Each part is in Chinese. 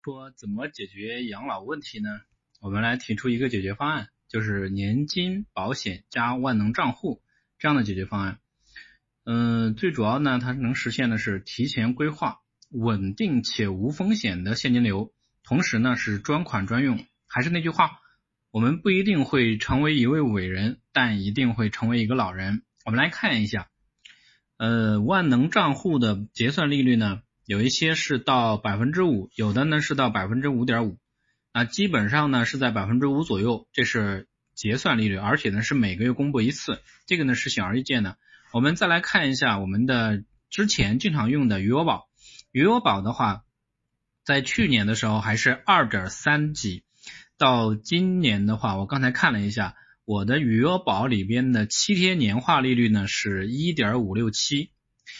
说怎么解决养老问题呢？我们来提出一个解决方案，就是年金保险加万能账户这样的解决方案。最主要呢，它能实现的是提前规划稳定且无风险的现金流，同时呢是专款专用。还是那句话，我们不一定会成为一位伟人，但一定会成为一个老人。我们来看一下，万能账户的结算利率呢，有一些是到 5%， 有的呢是到 5.5%， 基本上呢是在 5% 左右，这是结算利率，而且呢是每个月公布一次，这个呢是显而易见的。我们再来看一下我们的之前经常用的余额宝，余额宝的话在去年的时候还是 2.3 几，到今年的话我刚才看了一下，我的余额宝里边的7天年化利率呢是 1.567，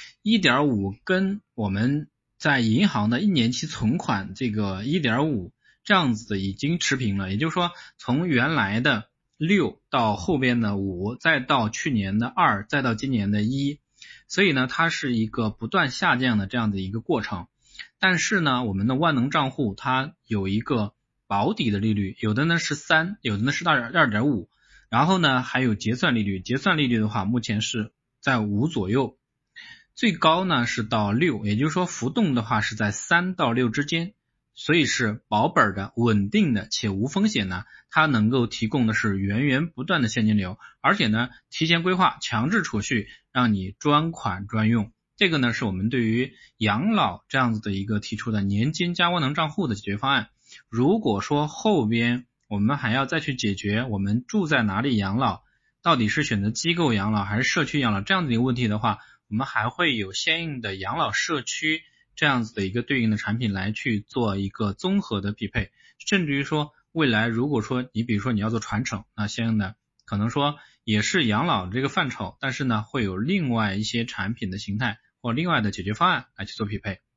1.5 跟我们在银行的1年期存款这个 1.5 这样子已经持平了，也就是说从原来的6到后边的5，再到去年的2，再到今年的1，所以呢它是一个不断下降的这样的一个过程。但是呢我们的万能账户它有一个保底的利率，有的呢是3，有的呢是 2.5， 然后呢还有结算利率，结算利率的话目前是在5左右，最高呢是到6，也就是说浮动的话是在3到6之间，所以是保本的、稳定的且无风险呢，它能够提供的是源源不断的现金流，而且呢提前规划、强制储蓄，让你专款专用。这个呢是我们对于养老这样子的一个提出的年金加万能账户的解决方案。如果说后边我们还要再去解决我们住在哪里养老，到底是选择机构养老还是社区养老这样子一个问题的话，我们还会有相应的养老社区这样子的一个对应的产品来去做一个综合的匹配，甚至于说未来如果说你比如说你要做传承，那相应的可能说也是养老这个范畴，但是呢会有另外一些产品的形态或另外的解决方案来去做匹配。